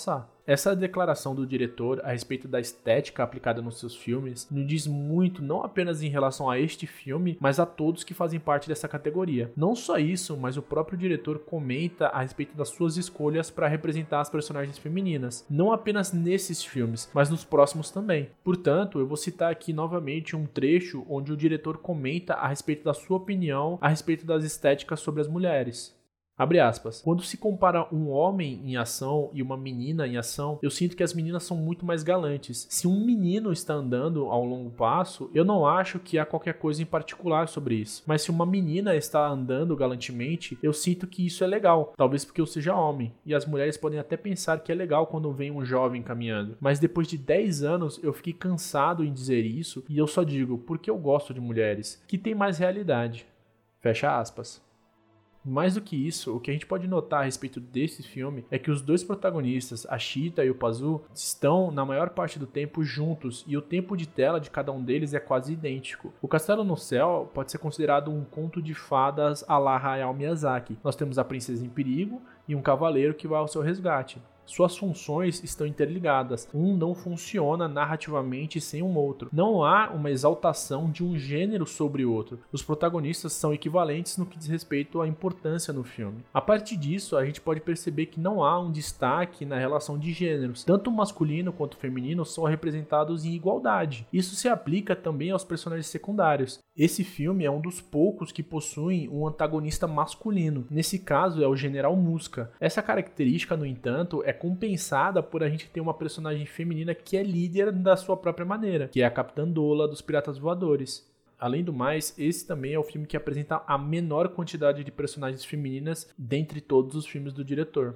[SPEAKER 1] Essa declaração do diretor a respeito da estética aplicada nos seus filmes nos diz muito não apenas em relação a este filme, mas a todos que fazem parte dessa categoria. Não só isso, mas o próprio diretor comenta a respeito das suas escolhas para representar as personagens femininas, não apenas nesses filmes, mas nos próximos também. Portanto, eu vou citar aqui novamente um trecho onde o diretor comenta a respeito da sua opinião a respeito das estéticas sobre as mulheres. Abre aspas. Quando se compara um homem em ação e uma menina em ação, eu sinto que as meninas são muito mais galantes. Se um menino está andando ao longo passo, eu não acho que há qualquer coisa em particular sobre isso. Mas se uma menina está andando galantemente, eu sinto que isso é legal. Talvez porque eu seja homem. E as mulheres podem até pensar que é legal quando vem um jovem caminhando. Mas depois de dez anos, eu fiquei cansado em dizer isso e eu só digo, porque eu gosto de mulheres, que tem mais realidade. Fecha aspas. Mais do que isso, o que a gente pode notar a respeito desse filme é que os dois protagonistas, a Cheetah e o Pazu, estão na maior parte do tempo juntos e o tempo de tela de cada um deles é quase idêntico. O Castelo no Céu pode ser considerado um conto de fadas à la Hayao Miyazaki. Nós temos a princesa em perigo e um cavaleiro que vai ao seu resgate. Suas funções estão interligadas, um não funciona narrativamente sem um outro. Não há uma exaltação de um gênero sobre o outro. Os protagonistas são equivalentes no que diz respeito à importância no filme. A partir disso, a gente pode perceber que não há um destaque na relação de gêneros. Tanto o masculino quanto o feminino são representados em igualdade. Isso se aplica também aos personagens secundários. Esse filme é um dos poucos que possuem um antagonista masculino. Nesse caso é o General Muska. Essa característica, no entanto, é compensada por a gente ter uma personagem feminina que é líder da sua própria maneira, que é a Capitã Dola dos Piratas Voadores. Além do mais, esse também é o filme que apresenta a menor quantidade de personagens femininas dentre todos os filmes do diretor.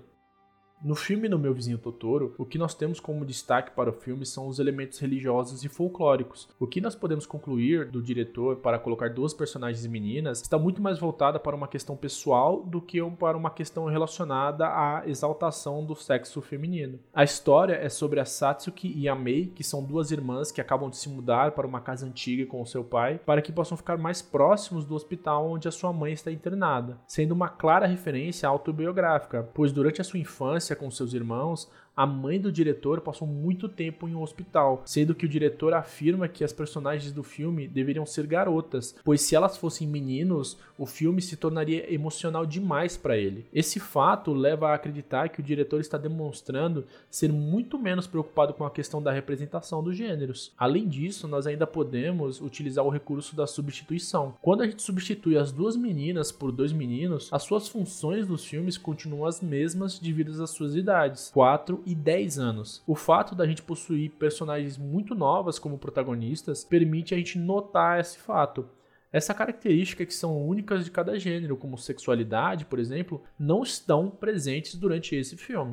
[SPEAKER 1] No filme No Meu Vizinho Totoro, o que nós temos como destaque para o filme são os elementos religiosos e folclóricos. O que nós podemos concluir do diretor para colocar duas personagens meninas está muito mais voltada para uma questão pessoal do que para uma questão relacionada à exaltação do sexo feminino. A história é sobre a Satsuki e a Mei, que são duas irmãs que acabam de se mudar para uma casa antiga com o seu pai, para que possam ficar mais próximos do hospital onde a sua mãe está internada, sendo uma clara referência autobiográfica, pois durante a sua infância com seus irmãos, a mãe do diretor passou muito tempo em um hospital, sendo que o diretor afirma que as personagens do filme deveriam ser garotas, pois se elas fossem meninos, o filme se tornaria emocional demais para ele. Esse fato leva a acreditar que o diretor está demonstrando ser muito menos preocupado com a questão da representação dos gêneros. Além disso, nós ainda podemos utilizar o recurso da substituição. Quando a gente substitui as duas meninas por dois meninos, as suas funções dos filmes continuam as mesmas devido às suas idades, quatro e dez anos. O fato da gente possuir personagens muito novas como protagonistas permite a gente notar esse fato. Essa característica que são únicas de cada gênero, como sexualidade, por exemplo, não estão presentes durante esse filme.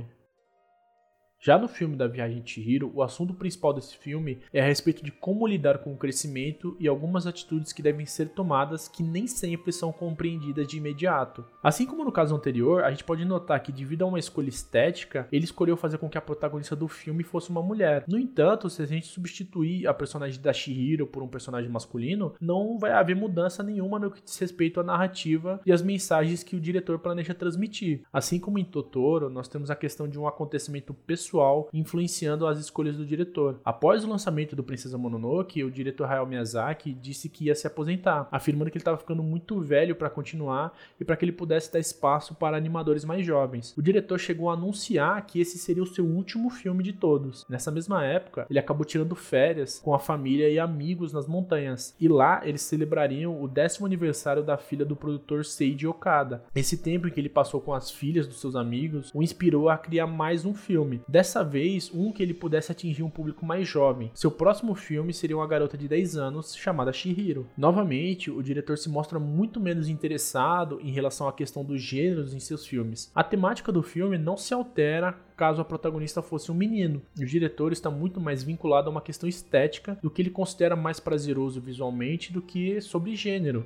[SPEAKER 1] Já no filme da Viagem de Chihiro, o assunto principal desse filme é a respeito de como lidar com o crescimento e algumas atitudes que devem ser tomadas que nem sempre são compreendidas de imediato. Assim como no caso anterior, a gente pode notar que devido a uma escolha estética, ele escolheu fazer com que a protagonista do filme fosse uma mulher. No entanto, se a gente substituir a personagem da Chihiro por um personagem masculino, não vai haver mudança nenhuma no que diz respeito à narrativa e às mensagens que o diretor planeja transmitir. Assim como em Totoro, nós temos a questão de um acontecimento pessoal influenciando as escolhas do diretor. Após o lançamento do Princesa Mononoke, o diretor Hayao Miyazaki disse que ia se aposentar, afirmando que ele estava ficando muito velho para continuar e para que ele pudesse dar espaço para animadores mais jovens. O diretor chegou a anunciar que esse seria o seu último filme de todos. Nessa mesma época, ele acabou tirando férias com a família e amigos nas montanhas, e lá eles celebrariam o décimo aniversário da filha do produtor Seiji Okada. Esse tempo em que ele passou com as filhas dos seus amigos o inspirou a criar mais um filme. Dessa vez, um que ele pudesse atingir um público mais jovem. Seu próximo filme seria uma garota de dez anos chamada Chihiro. Novamente, o diretor se mostra muito menos interessado em relação à questão dos gêneros em seus filmes. A temática do filme não se altera caso a protagonista fosse um menino. O diretor está muito mais vinculado a uma questão estética do que ele considera mais prazeroso visualmente do que sobre gênero.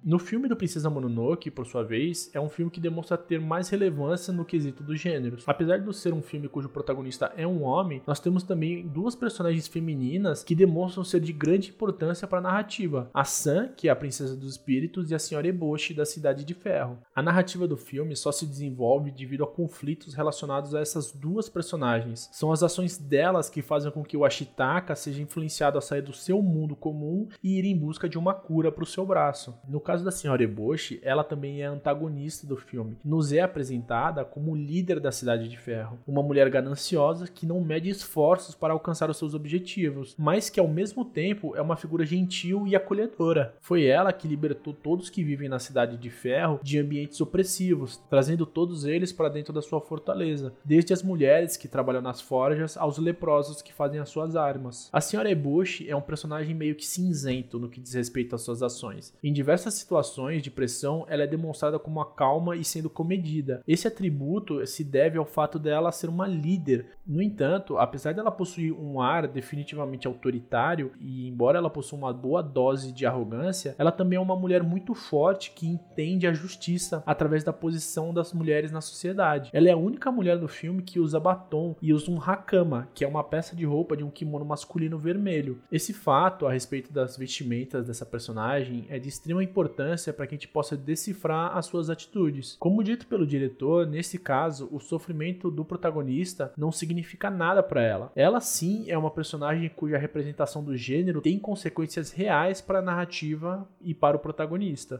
[SPEAKER 1] No filme do Princesa Mononoke, por sua vez, é um filme que demonstra ter mais relevância no quesito dos gêneros. Apesar de ser um filme cujo protagonista é um homem, nós temos também duas personagens femininas que demonstram ser de grande importância para a narrativa. A San, que é a Princesa dos Espíritos, e a Senhora Eboshi, da Cidade de Ferro. A narrativa do filme só se desenvolve devido a conflitos relacionados a essas duas personagens. São as ações delas que fazem com que o Ashitaka seja influenciado a sair do seu mundo comum e ir em busca de uma cura para o seu braço. No caso da Senhora Eboshi, ela também é a antagonista do filme. Nos é apresentada como líder da Cidade de Ferro, uma mulher gananciosa que não mede esforços para alcançar os seus objetivos, mas que ao mesmo tempo é uma figura gentil e acolhedora. Foi ela que libertou todos que vivem na Cidade de Ferro de ambientes opressivos, trazendo todos eles para dentro da sua fortaleza, desde as mulheres que trabalham nas forjas aos leprosos que fazem as suas armas. A Senhora Eboshi é um personagem meio que cinzento no que diz respeito às suas ações. Em diversas situações de pressão, ela é demonstrada como uma calma e sendo comedida. Esse atributo se deve ao fato dela ser uma líder. No entanto, apesar dela possuir um ar definitivamente autoritário e embora ela possua uma boa dose de arrogância, ela também é uma mulher muito forte que entende a justiça através da posição das mulheres na sociedade. Ela é a única mulher no filme que usa batom e usa um hakama, que é uma peça de roupa de um kimono masculino vermelho. Esse fato a respeito das vestimentas dessa personagem é de extrema importância para que a gente possa decifrar as suas atitudes. Como dito pelo diretor, nesse caso, o sofrimento do protagonista não significa nada para ela. Ela sim é uma personagem cuja representação do gênero tem consequências reais para a narrativa e para o protagonista.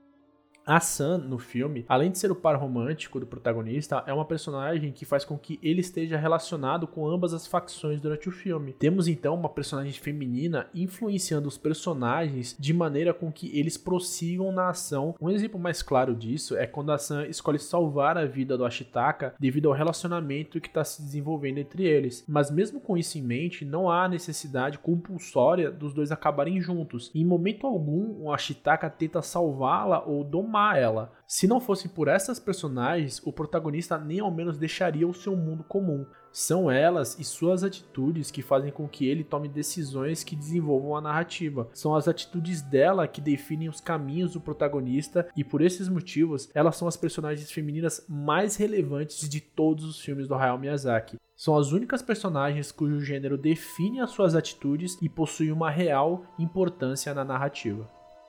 [SPEAKER 1] A San, no filme, além de ser o par romântico do protagonista, é uma personagem que faz com que ele esteja relacionado com ambas as facções durante o filme. Temos então uma personagem feminina influenciando os personagens de maneira com que eles prossigam na ação. Um exemplo mais claro disso é quando a San escolhe salvar a vida do Ashitaka devido ao relacionamento que está se desenvolvendo entre eles. Mas mesmo com isso em mente, não há necessidade compulsória dos dois acabarem juntos. Em momento algum, o Ashitaka tenta salvá-la ou domar ela. Se não fosse por essas personagens, o protagonista nem ao menos deixaria o seu mundo comum. São elas e suas atitudes que fazem com que ele tome decisões que desenvolvam a narrativa. São as atitudes dela que definem os caminhos do protagonista e por esses motivos, elas são as personagens femininas mais relevantes de todos os filmes do Hayao Miyazaki. São as únicas personagens cujo gênero define as suas atitudes e possui uma real importância na narrativa.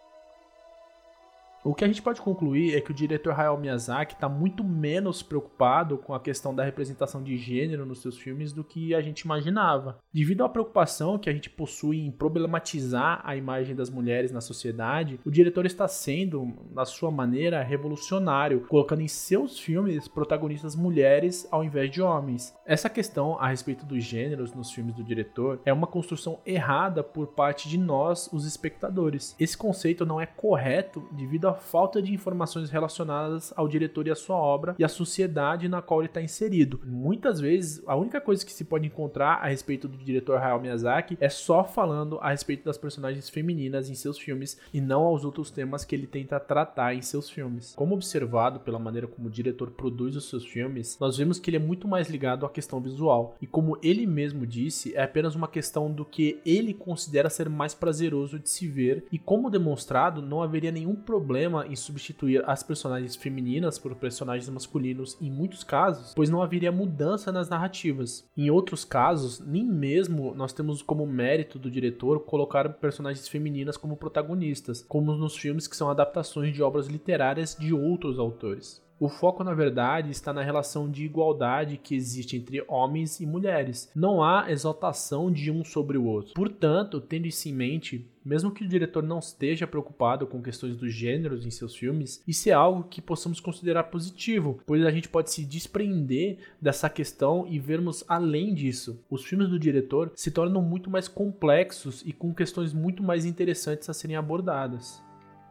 [SPEAKER 1] O que a gente pode concluir é que o diretor Hayao Miyazaki está muito menos preocupado com a questão da representação de gênero nos seus filmes do que a gente imaginava. Devido à preocupação que a gente possui em problematizar a imagem das mulheres na sociedade, o diretor está sendo, na sua maneira, revolucionário, colocando em seus filmes protagonistas mulheres ao invés de homens. Essa questão a respeito dos gêneros nos filmes do diretor é uma construção errada por parte de nós, os espectadores. Esse conceito não é correto devido à falta de informações relacionadas ao diretor e à sua obra e à sociedade na qual ele está inserido. Muitas vezes, a única coisa que se pode encontrar a respeito do diretor Hayao Miyazaki é só falando a respeito das personagens femininas em seus filmes e não aos outros temas que ele tenta tratar em seus filmes. Como observado pela maneira como o diretor produz os seus filmes, nós vemos que ele é muito mais ligado à questão visual e, como ele mesmo disse, é apenas uma questão do que ele considera ser mais prazeroso de se ver e, como demonstrado, não haveria nenhum problema em substituir as personagens femininas por personagens masculinos em muitos casos, pois não haveria mudança nas narrativas. Em outros casos, nem mesmo nós temos como mérito do diretor colocar personagens femininas como protagonistas, como nos filmes que são adaptações de obras literárias de outros autores. O foco, na verdade, está na relação de igualdade que existe entre homens e mulheres. Não há exaltação de um sobre o outro. Portanto, tendo isso em mente, mesmo que o diretor não esteja preocupado com questões dos gêneros em seus filmes, isso é algo que possamos considerar positivo, pois a gente pode se desprender dessa questão e vermos além disso. Os filmes do diretor se tornam muito mais complexos e com questões muito mais interessantes a serem abordadas.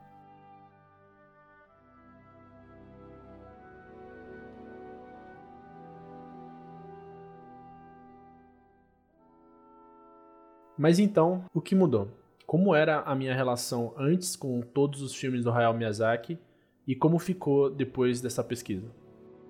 [SPEAKER 1] Mas então, o que mudou? Como era a minha relação antes com todos os filmes do Hayao Miyazaki e como ficou depois dessa pesquisa?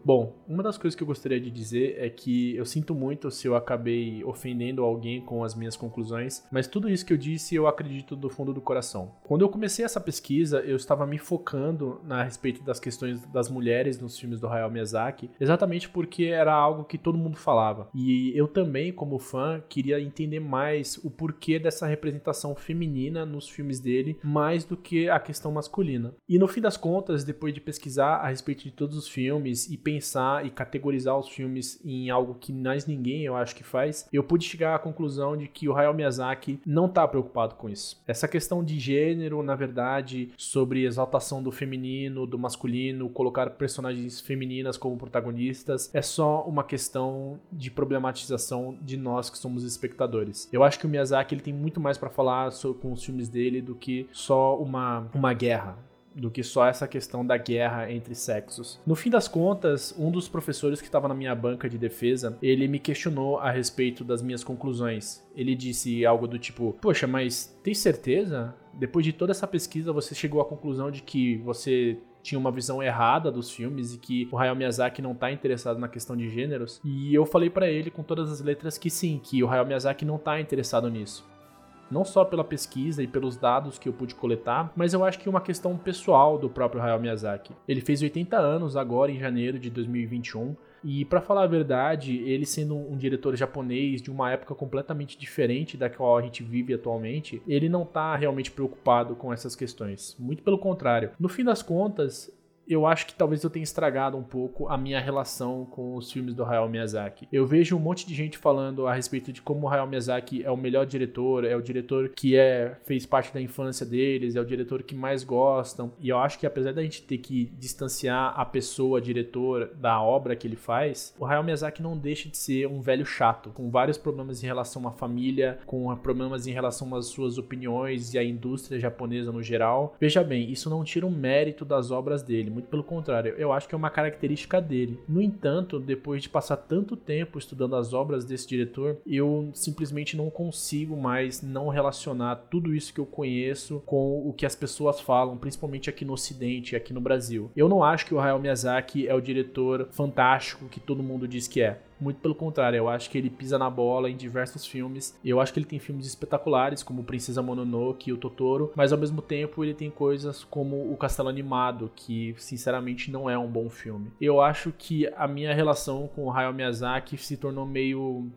[SPEAKER 1] Bom, uma das coisas que eu gostaria de dizer é que eu sinto muito se eu acabei ofendendo alguém com as minhas conclusões, mas tudo isso que eu disse eu acredito do fundo do coração. Quando eu comecei essa pesquisa, eu estava me focando a respeito das questões das mulheres nos filmes do Hayao Miyazaki, exatamente porque era algo que todo mundo falava. E eu também, como fã, queria entender mais o porquê dessa representação feminina nos filmes dele, mais do que a questão masculina. E no fim das contas, depois de pesquisar a respeito de todos os filmes e pensar e categorizar os filmes em algo que mais ninguém, eu acho que faz, eu pude chegar à conclusão de que o Hayao Miyazaki não está preocupado com isso. Essa questão de gênero, na verdade, sobre exaltação do feminino, do masculino, colocar personagens femininas como protagonistas, é só uma questão de problematização de nós que somos espectadores. Eu acho que o Miyazaki ele tem muito mais para falar sobre, com os filmes dele do que só uma, uma guerra. do que só essa questão da guerra entre sexos. No fim das contas, um dos professores que estava na minha banca de defesa, ele me questionou a respeito das minhas conclusões. Ele disse algo do tipo, poxa, mas tem certeza? Depois de toda essa pesquisa, você chegou à conclusão de que você tinha uma visão errada dos filmes e que o Hayao Miyazaki não tá interessado na questão de gêneros? E eu falei pra ele com todas as letras que sim, que o Hayao Miyazaki não tá interessado nisso. Não só pela pesquisa e pelos dados que eu pude coletar, mas eu acho que uma questão pessoal do próprio Hayao Miyazaki. Ele fez oitenta anos agora em janeiro de dois mil e vinte e um, e pra falar a verdade, ele sendo um diretor japonês de uma época completamente diferente da qual a gente vive atualmente, ele não tá realmente preocupado com essas questões. Muito pelo contrário. No fim das contas, eu acho que talvez eu tenha estragado um pouco a minha relação com os filmes do Hayao Miyazaki. Eu vejo um monte de gente falando a respeito de como o Hayao Miyazaki é o melhor diretor, é o diretor que é, fez parte da infância deles, é o diretor que mais gostam. E eu acho que apesar da gente ter que distanciar a pessoa, diretor, da obra que ele faz, o Hayao Miyazaki não deixa de ser um velho chato, com vários problemas em relação à família, com problemas em relação às suas opiniões e à indústria japonesa no geral. Veja bem, isso não tira o mérito das obras dele. Muito pelo contrário, eu acho que é uma característica dele. No entanto, depois de passar tanto tempo estudando as obras desse diretor, eu simplesmente não consigo mais não relacionar tudo isso que eu conheço com o que as pessoas falam, principalmente aqui no Ocidente, aqui no Brasil. Eu não acho que o Hayao Miyazaki é o diretor fantástico que todo mundo diz que é. Muito pelo contrário, eu acho que ele pisa na bola em diversos filmes. Eu acho que ele tem filmes espetaculares, como Princesa Mononoke e o Totoro, mas ao mesmo tempo ele tem coisas como O Castelo Animado, que sinceramente não é um bom filme. Eu acho que a minha relação com o Hayao Miyazaki se tornou meio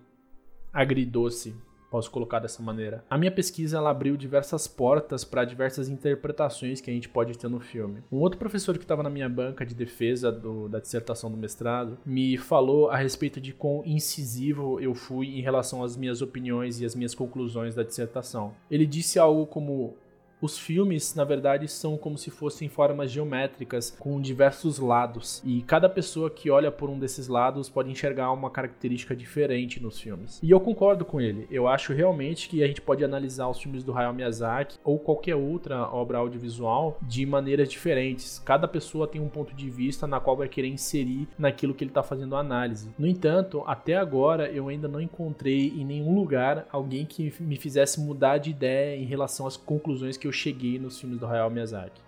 [SPEAKER 1] agridoce. Posso colocar dessa maneira. A minha pesquisa ela abriu diversas portas para diversas interpretações que a gente pode ter no filme. Um outro professor que estava na minha banca de defesa do, da dissertação do mestrado me falou a respeito de quão incisivo eu fui em relação às minhas opiniões e às minhas conclusões da dissertação. Ele disse algo como: os filmes, na verdade, são como se fossem formas geométricas com diversos lados, e cada pessoa que olha por um desses lados pode enxergar uma característica diferente nos filmes. E eu concordo com ele. Eu acho realmente que a gente pode analisar os filmes do Hayao Miyazaki ou qualquer outra obra audiovisual de maneiras diferentes. Cada pessoa tem um ponto de vista na qual vai querer inserir naquilo que ele está fazendo a análise. No entanto, até agora eu ainda não encontrei em nenhum lugar alguém que me fizesse mudar de ideia em relação às conclusões que eu eu cheguei nos filmes do Hayao Miyazaki.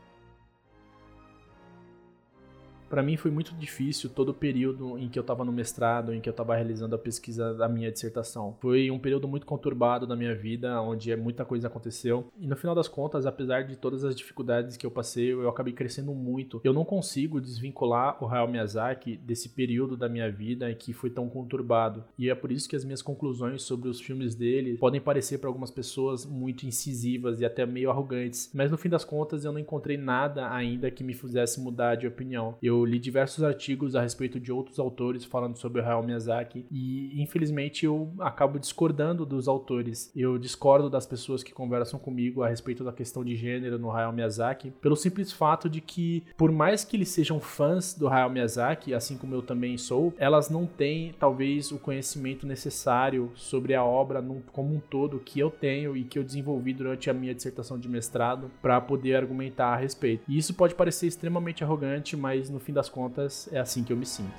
[SPEAKER 1] Para mim foi muito difícil todo o período em que eu estava no mestrado, em que eu estava realizando a pesquisa da minha dissertação. Foi um período muito conturbado da minha vida, onde muita coisa aconteceu. E no final das contas, apesar de todas as dificuldades que eu passei, eu acabei crescendo muito. Eu não consigo desvincular o Hayao Miyazaki desse período da minha vida em que foi tão conturbado. E é por isso que as minhas conclusões sobre os filmes dele podem parecer para algumas pessoas muito incisivas e até meio arrogantes. Mas no fim das contas, eu não encontrei nada ainda que me fizesse mudar de opinião. Eu Eu li diversos artigos a respeito de outros autores falando sobre o Hayao Miyazaki e, infelizmente, eu acabo discordando dos autores. Eu discordo das pessoas que conversam comigo a respeito da questão de gênero no Hayao Miyazaki, pelo simples fato de que, por mais que eles sejam fãs do Hayao Miyazaki, assim como eu também sou, elas não têm, talvez, o conhecimento necessário sobre a obra como um todo que eu tenho e que eu desenvolvi durante a minha dissertação de mestrado para poder argumentar a respeito. E isso pode parecer extremamente arrogante, mas no fim das contas é assim que eu me sinto.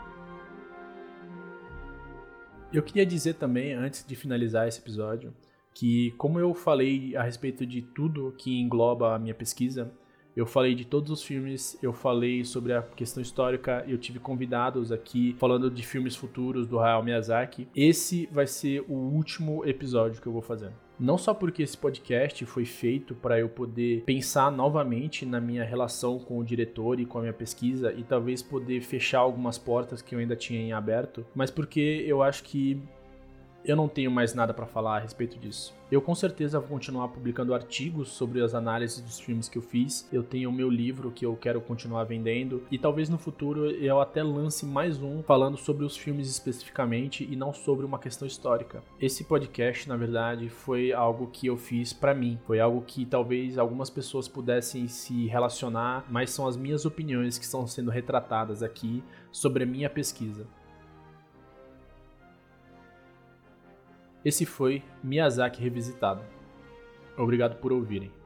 [SPEAKER 1] Eu queria dizer também, antes de finalizar esse episódio, que, como eu falei a respeito de tudo que engloba a minha pesquisa, eu falei de todos os filmes, eu falei sobre a questão histórica, eu tive convidados aqui falando de filmes futuros do Hayao Miyazaki. Esse vai ser o último episódio que eu vou fazer. Não só porque esse podcast foi feito para eu poder pensar novamente na minha relação com o diretor e com a minha pesquisa e talvez poder fechar algumas portas que eu ainda tinha em aberto, mas porque eu acho que eu não tenho mais nada para falar a respeito disso. Eu com certeza vou continuar publicando artigos sobre as análises dos filmes que eu fiz. Eu tenho o meu livro que eu quero continuar vendendo. E talvez no futuro eu até lance mais um falando sobre os filmes especificamente e não sobre uma questão histórica. Esse podcast, na verdade, foi algo que eu fiz para mim. Foi algo que talvez algumas pessoas pudessem se relacionar, mas são as minhas opiniões que estão sendo retratadas aqui sobre a minha pesquisa. Esse foi Miyazaki Revisitado. Obrigado por ouvirem.